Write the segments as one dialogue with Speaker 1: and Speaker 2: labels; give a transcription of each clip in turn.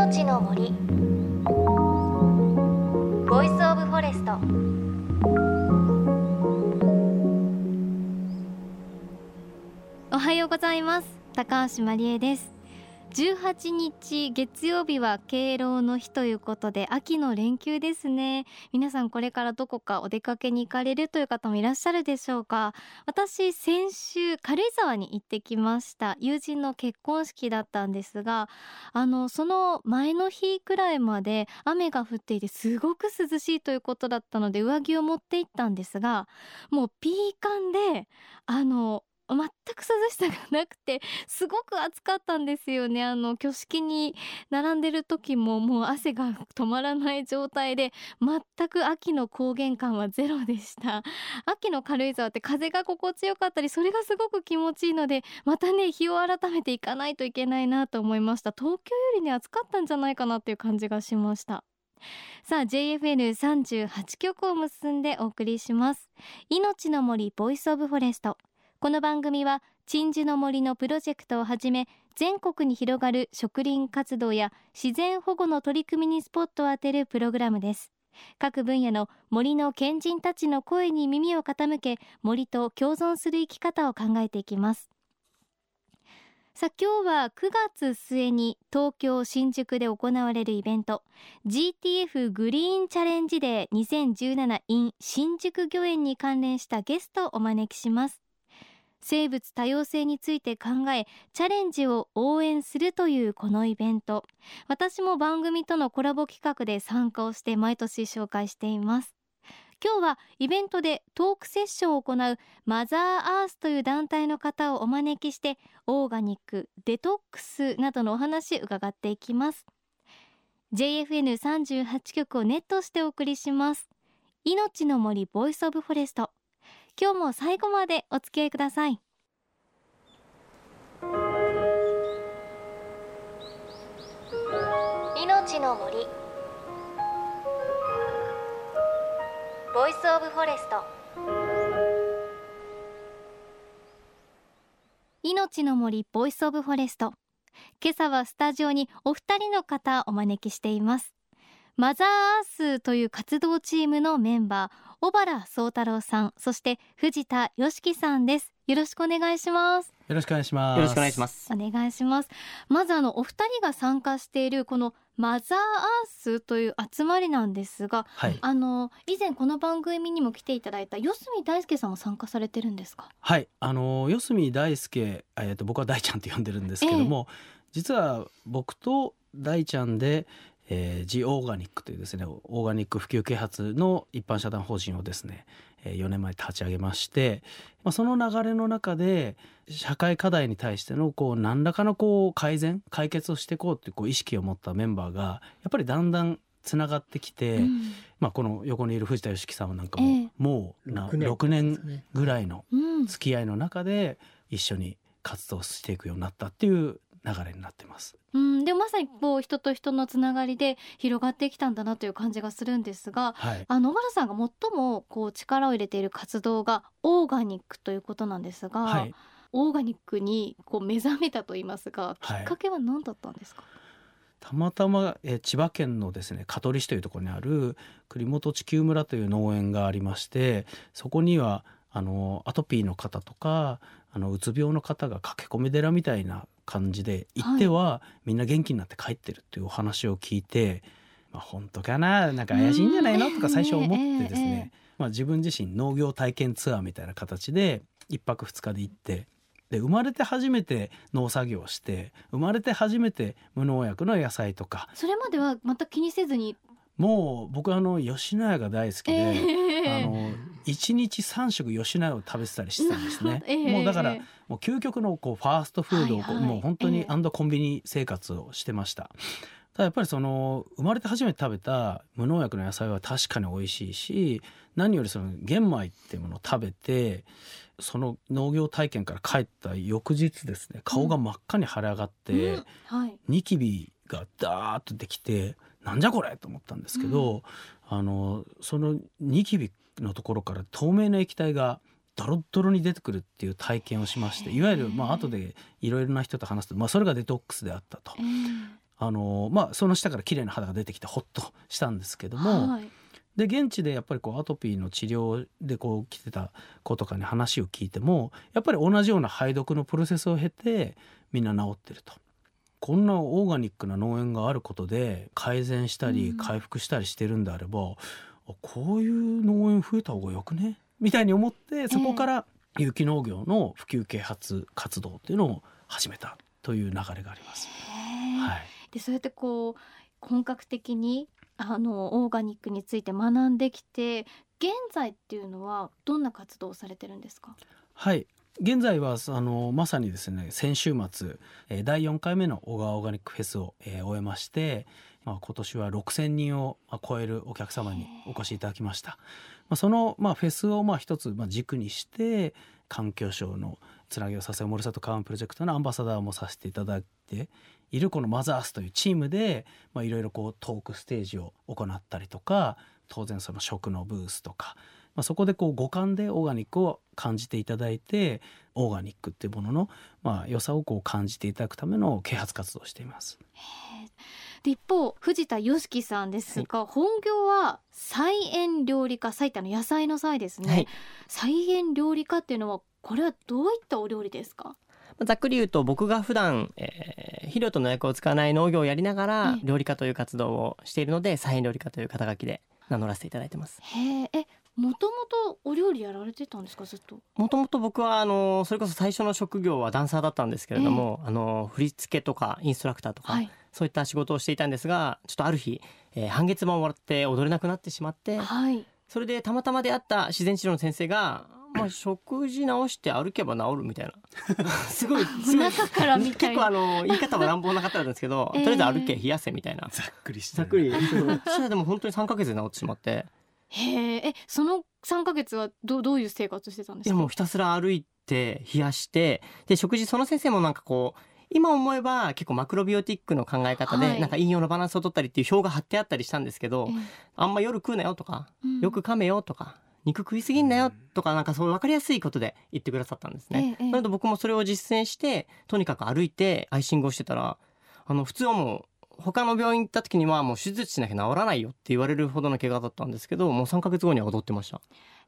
Speaker 1: 命の森ボイスオブフォレスト。おはようございます。高橋まりえです。18日月曜日は敬老の日ということで秋の連休ですね。皆さんこれからどこかお出かけに行かれるという方もいらっしゃるでしょうか。私先週軽井沢に行ってきました。友人の結婚式だったんですが、その前の日くらいまで雨が降っていてすごく涼しいということだったので上着を持って行ったんですが、もうピーカンで全く涼しさがなくてすごく暑かったんですよね。挙式に並んでる時ももう汗が止まらない状態で、全く秋の高原感はゼロでした。秋の軽井沢って風が心地よかったり、それがすごく気持ちいいので、またね日を改めていかないといけないなと思いました。東京よりね暑かったんじゃないかなっていう感じがしました。さあ JFN38 局を結んでお送りします。命の森ボイスオブフォレスト。この番組は鎮守の森のプロジェクトをはじめ、全国に広がる植林活動や自然保護の取り組みにスポットを当てるプログラムです。各分野の森の賢人たちの声に耳を傾け、森と共存する生き方を考えていきます。さあ今日は9月末に東京新宿で行われるイベント GTF グリーンチャレンジデー2017 in 新宿御苑に関連したゲストをお招きします。生物多様性について考えチャレンジを応援するというこのイベント、私も番組とのコラボ企画で参加をして毎年紹介しています。今日はイベントでトークセッションを行うマザーアースという団体の方をお招きして、オーガニック、デトックスなどのお話伺っていきます。 JFN38 局をネットしてお送りします。命の森ボイスオブフォレスト。今日も最後までお付き合いください。命の森ボイスオブフォレスト。命の森ボイスオブフォレスト。今朝はスタジオにお二人の方お招きしています。マザーアースという活動チームのメンバー、小原宗太郎さん、そして藤田よしきさんです。よろしくお願いします。
Speaker 2: よろしくお願いします。
Speaker 3: よろしくお願いします。
Speaker 1: お願いします。まずお二人が参加しているこのマザーアースという集まりなんですが、
Speaker 2: はい、
Speaker 1: 以前この番組にも来ていただいた四隅大輔さんも参加されてるんですか？
Speaker 2: はい、四隅大輔、僕は大ちゃんって呼んでるんですけども、実は僕と大ちゃんでジオーガニックというですね、オーガニック普及啓発の一般社団法人をですね、4年前立ち上げまして、その流れの中で社会課題に対しての何らかの改善解決をしていこうという意識を持ったメンバーがやっぱりだんだんつながってきて、この横にいる藤田よしきさんなんかも、もう6年ぐらいの付き合いの中で一緒に活動していくようになったっていう流れになってます。
Speaker 1: でもまさに人と人のつながりで広がってきたんだなという感じがするんですが、
Speaker 2: はい、
Speaker 1: 小原さんが最も力を入れている活動がオーガニックということなんですが、
Speaker 2: はい、
Speaker 1: オーガニックに目覚めたといいますか、きっかけは何だったんですか？
Speaker 2: たまたま千葉県のですね香取市というところにある栗本地球村という農園がありまして、そこにはアトピーの方とかうつ病の方が駆け込み寺みたいな感じで行っては、みんな元気になって帰ってるっていうお話を聞いて、本当かな、なんか怪しいんじゃないのとか最初思ってですね、自分自身農業体験ツアーみたいな形で1泊2日で行って、で生まれて初めて農作業をして、生まれて初めて無農薬の野菜とか、
Speaker 1: それまでは全く気にせずに。
Speaker 2: もう僕吉野家が大好きで、1日3食吉野家を食べてたりしてたんですね。もうだからもう究極のファーストフードをもう本当にコンビニ生活をしてました。ただやっぱり生まれて初めて食べた無農薬の野菜は確かに美味しいし、何より玄米っていうものを食べて、その農業体験から帰った翌日ですね、顔が真っ赤に腫れ上がって、ニキビがダーッとできて、なんじゃこれと思ったんですけど、そのニキビのところから透明な液体がドロッドロに出てくるっていう体験をしまして、いわゆる後でいろいろな人と話すと、それがデトックスであったと。 その下から綺麗な肌が出てきてホッとしたんですけども、
Speaker 1: はい、
Speaker 2: で現地でやっぱりアトピーの治療で来てた子とかに話を聞いても、やっぱり同じような排毒のプロセスを経てみんな治ってると。こんなオーガニックな農園があることで改善したり回復したりしてるんであれば、こういう農園増えた方がよくねみたいに思って、そこから有機農業の普及啓発活動っていうのを始めたという流れがあります。はい、
Speaker 1: でそうやって本格的にオーガニックについて学んできて、現在っていうのはどんな活動をされてるんですか？
Speaker 2: はい、現在はまさにですね、先週末第4回目の小川オーガニックフェスを終えまして、今年は6000人を超えるお客様にお越しいただきました。そのフェスを一つ軸にして、環境省のつなぎをさせ森里川湾プロジェクトのアンバサダーもさせていただいているこのマザースというチームで、いろいろトークステージを行ったりとか、当然その食のブースとか、そこで五感でオーガニックを感じていただいて、オーガニックっていうものの良さを感じていただくための啓発活動をしています。
Speaker 1: で一方、藤田良樹さんですが、本業は菜園料理家、菜って野菜の菜ですね、菜園料理家っていうのは、これはどういったお料理ですか？
Speaker 3: ざっくり言うと、僕が普段、肥料と農薬を使わない農業をやりながら料理家という活動をしているので、菜園料理家という肩書きで名乗らせていただいてます。
Speaker 1: もともとお料理やられてたんですか？ずっと。
Speaker 3: もともと僕はそれこそ最初の職業はダンサーだったんですけれども、振り付けとかインストラクターとか、そういった仕事をしていたんですが、ちょっとある日、半月板をもらって踊れなくなってしまって、それでたまたま出会った自然治療の先生が、食事直して歩けば治るみたいなすごい
Speaker 1: 中からみたいな
Speaker 3: 結構言い方は乱暴な方なんですけど、とりあえず歩け冷やせみたいな、
Speaker 2: ざっくりして
Speaker 3: ざっくりそしたらでも本当に3ヶ月で治ってしまって。
Speaker 1: その3ヶ月はどういう生活してたんですか？
Speaker 3: もうひたすら歩いて冷やして、で食事、その先生も今思えば結構マクロビオティックの考え方で、陰陽のバランスを取ったりっていう表が貼ってあったりしたんですけど、あんま夜食うなよとか、よく噛めよとか、肉食いすぎんなよとか、そう分かりやすいことで言ってくださったんですね。なので僕もそれを実践して、とにかく歩いてアイシングをしてたら、普通はもう他の病院行った時にはもう手術しなきゃ治らないよって言われるほどの怪我だったんですけど、もう3ヶ月後には踊ってました。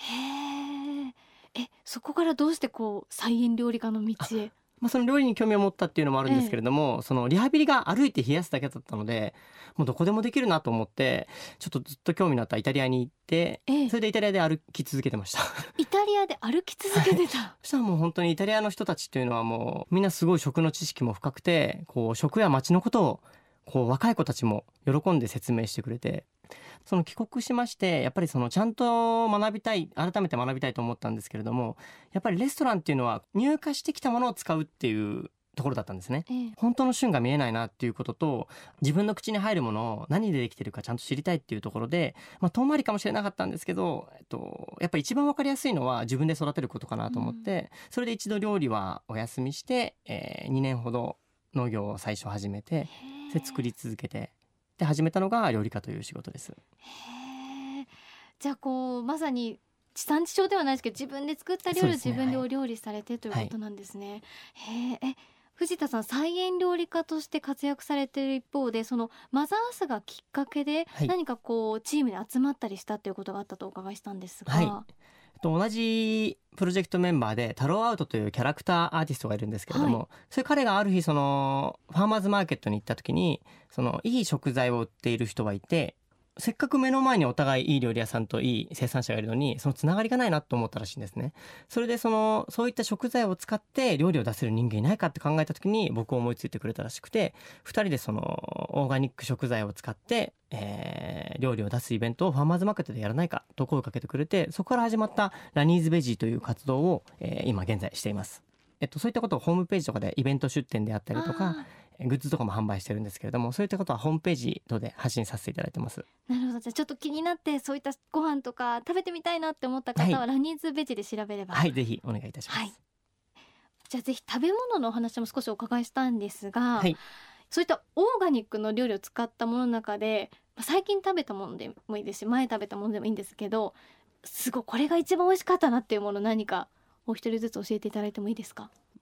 Speaker 1: そこからどうして菜園料理家の道へ？
Speaker 3: その料理に興味を持ったっていうのもあるんですけれども、そのリハビリが歩いて冷やすだけだったので、もうどこでもできるなと思って、ちょっとずっと興味のあったイタリアに行って、それでイタリアで歩き続けてました
Speaker 1: イタリアで歩き続けてた、
Speaker 3: そしたらもう本当にイタリアの人たちっていうのはもうみんなすごい食の知識も深くて、食や街のことを若い子たちも喜んで説明してくれて、その帰国しまして、やっぱりちゃんと学びたい、改めて学びたいと思ったんですけれども、やっぱりレストランっていうのは入荷してきたものを使うっていうところだったんですね。本当の旬が見えないなっていうことと、自分の口に入るものを何でできてるかちゃんと知りたいっていうところで、遠回りかもしれなかったんですけど、やっぱり一番わかりやすいのは自分で育てることかなと思って、それで一度料理はお休みして、2年ほど農業を最初始めて、で作り続けて、で始めたのが料理家という仕事です。
Speaker 1: じゃあまさに地産地消ではないですけど、自分で作った料理を自分でお料理されてということなんですね。藤田さん、菜園料理家として活躍されている一方で、そのマザースがきっかけで何かチームで集まったりしたということがあったとお伺いしたんですが、
Speaker 3: 同じプロジェクトメンバーでタローアウトというキャラクターアーティストがいるんですけれども、それ彼がある日ファーマーズマーケットに行った時に、いい食材を売っている人がいて、せっかく目の前にお互いいい料理屋さんといい生産者がいるのに、そのつながりがないなと思ったらしいんですね。それでそういった食材を使って料理を出せる人間いないかって考えた時に、僕を思いついてくれたらしくて、2人でオーガニック食材を使って、料理を出すイベントをファーマーズマーケットでやらないかと声をかけてくれて、そこから始まったラニーズベジーという活動を、今現在しています。そういったことをホームページとかでイベント出店であったりとか、グッズとかも販売してるんですけれども、そういったことはホームページ等で発信させていただいてます。
Speaker 1: なるほど。じゃあちょっと気になって、そういったご飯とか食べてみたいなって思った方は、ラニーズベジで調べれば、
Speaker 3: ぜひお願いいたします。
Speaker 1: じゃあぜひ食べ物のお話も少しお伺いしたんですが、そういったオーガニックの料理を使ったものの中で、最近食べたものでもいいですし、前食べたものでもいいんですけど、すごいこれが一番美味しかったなっていうもの、何かお一人ずつ教えていただいてもいいですか？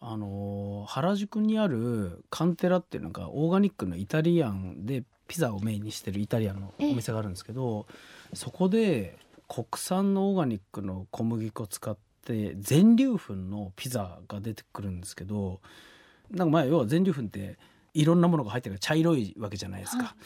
Speaker 2: 原宿にあるカンテラっていうのがオーガニックのイタリアンでピザをメインにしてるイタリアンのお店があるんですけど、そこで国産のオーガニックの小麦粉を使って全粒粉のピザが出てくるんですけど、なんか要は全粒粉っていろんなものが入ってるから茶色いわけじゃないですか、はい、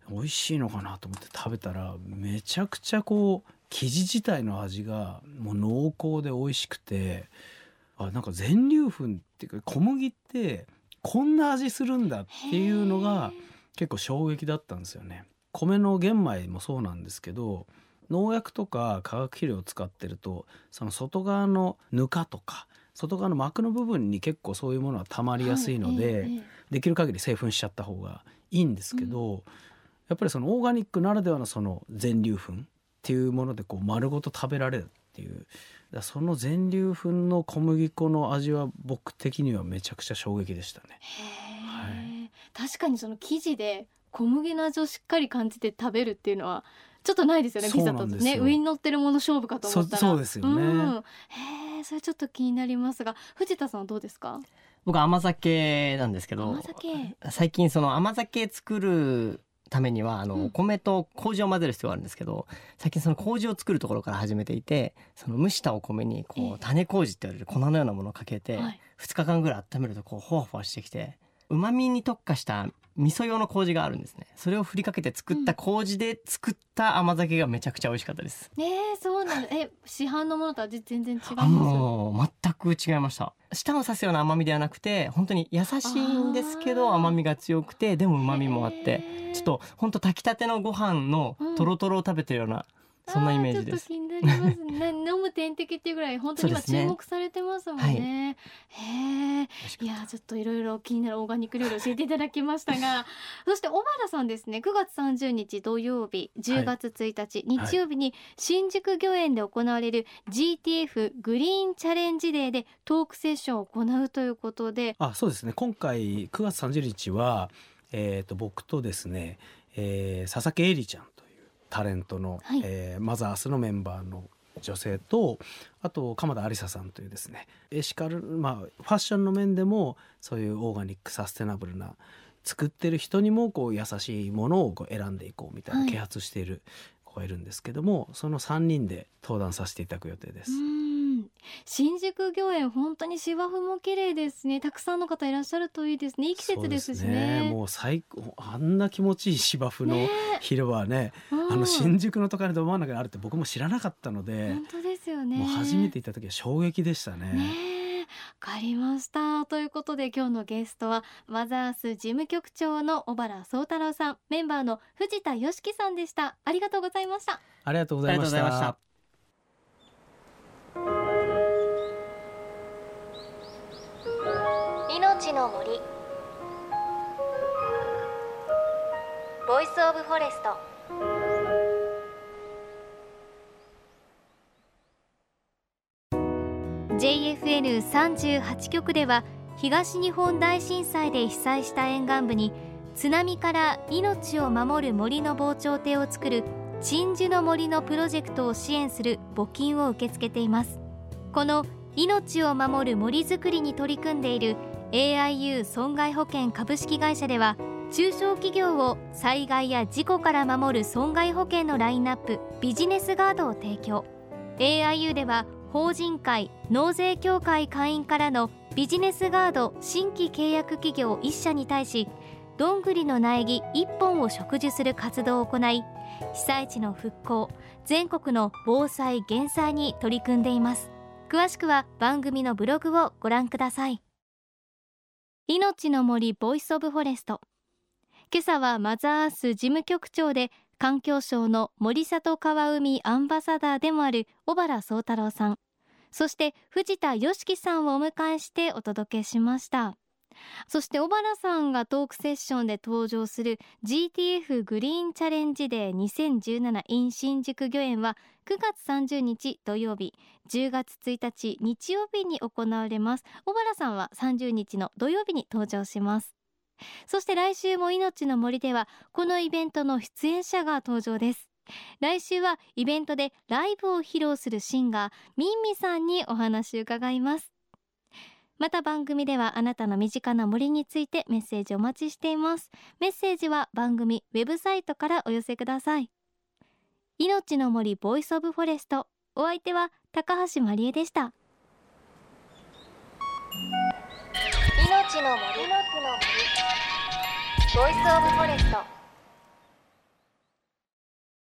Speaker 2: 美味しいのかなと思って食べたらめちゃくちゃ生地自体の味がもう濃厚で美味しくて、なんか全粒粉っていうか小麦ってこんな味するんだっていうのが結構衝撃だったんですよね。米の玄米もそうなんですけど、農薬とか化学肥料を使ってるとその外側のぬかとか外側の膜の部分に結構そういうものは溜まりやすいので、できる限り製粉しちゃった方がいいんですけど、やっぱりそのオーガニックならではのその全粒粉っていうもので丸ごと食べられるっていう、その全粒粉の小麦粉の味は僕的にはめちゃくちゃ衝撃でしたね。
Speaker 1: はい、確かにその生地で小麦の味をしっかり感じて食べるっていうのはちょっとないですよね。ピザとね、上に乗ってるもの勝負かと思ったら。
Speaker 2: そうですよね、
Speaker 1: それちょっと気になりますが、藤田さんはどうですか？
Speaker 3: 僕甘酒なんですけど、最近その甘酒作るためにはお米と麹を混ぜる必要があるんですけど、最近その麹を作るところから始めていて、その蒸したお米に種麹って言われる粉のようなものをかけて2日間ぐらい温めるとほわほわしてきて、旨味に特化した味噌用の麹があるんですね。それを振りかけて作った麹で作った甘酒がめちゃくちゃ美味しかったです。
Speaker 1: そうなん市販のものと味全然違います？
Speaker 3: もう全く違いました。舌を刺すような甘みではなくて、本当に優しいんですけど甘みが強くて、でも旨みもあって、ちょっと本当炊きたてのご飯のトロトロを食べてるような、そんなイメージです。
Speaker 1: ちょっと気になりますね飲む点滴っていうぐらい本当に今注目されてますもんね。いやちょっといろいろ気になるオーガニック料理教えていただきましたがそして小原さんですね、9月30日土曜日、10月1日、日曜日に新宿御苑で行われる GTF グリーンチャレンジデーでトークセッションを行うということで。
Speaker 2: そうですね、今回9月30日は、僕とですね、佐々木絵里ちゃんタレントの、マザースのメンバーの女性と、あと鎌田有沙さんというですね、エシカル、ファッションの面でもそういうオーガニックサステナブルな作ってる人にも優しいものを選んでいこうみたいな啓発している子がいるんですけども、その3人で登壇させていただく予定です。
Speaker 1: 新宿御苑本当に芝生も綺麗ですね。たくさんの方いらっしゃるといいですね。いい季節ですしね。
Speaker 2: もう最高、あんな気持ちいい芝生の広場はね、新宿の都会のど真ん中にあるって僕も知らなかったので、
Speaker 1: 本当ですよね。
Speaker 2: もう初めて行った時は衝撃でしたね。
Speaker 1: わかりました。ということで今日のゲストはマザース事務局長の小原宗太郎さん、メンバーの藤田佳樹さんでした。ありがとうございました。
Speaker 2: ありがとうございました。
Speaker 1: 命の森ボイスオブフォレスト。JFN38 局では東日本大震災で被災した沿岸部に津波から命を守る森の防潮堤を作る鎮守の森のプロジェクトを支援する募金を受け付けています。この命を守る森づくりに取り組んでいる AIU 損害保険株式会社では、中小企業を災害や事故から守る損害保険のラインナップビジネスガードを提供。 AIU では法人会納税協会会員からのビジネスガード新規契約企業1社に対し、どんぐりの苗木1本を植樹する活動を行い、被災地の復興、全国の防災減災に取り組んでいます。詳しくは番組のブログをご覧ください。命の森ボイスオブフォレスト。今朝はマザーアース事務局長で環境省の森里川海アンバサダーでもある小原宗太郎さん、そして藤田佳樹さんをお迎えしてお届けしました。そして小原さんがトークセッションで登場する GTF グリーンチャレンジデー2017 in 新宿御苑は9月30日土曜日、10月1日日曜日に行われます。小原さんは30日の土曜日に登場します。そして来週も命の森ではこのイベントの出演者が登場です。来週はイベントでライブを披露するシンガーミンミさんにお話を伺います。 また番組ではあなたの身近な森についてメッセージお待ちしています。メッセージは番組ウェブサイトからお寄せください。命の森ボイスオブフォレスト、お相手は高橋まりえでした。命の森ボイスオブフォレスト。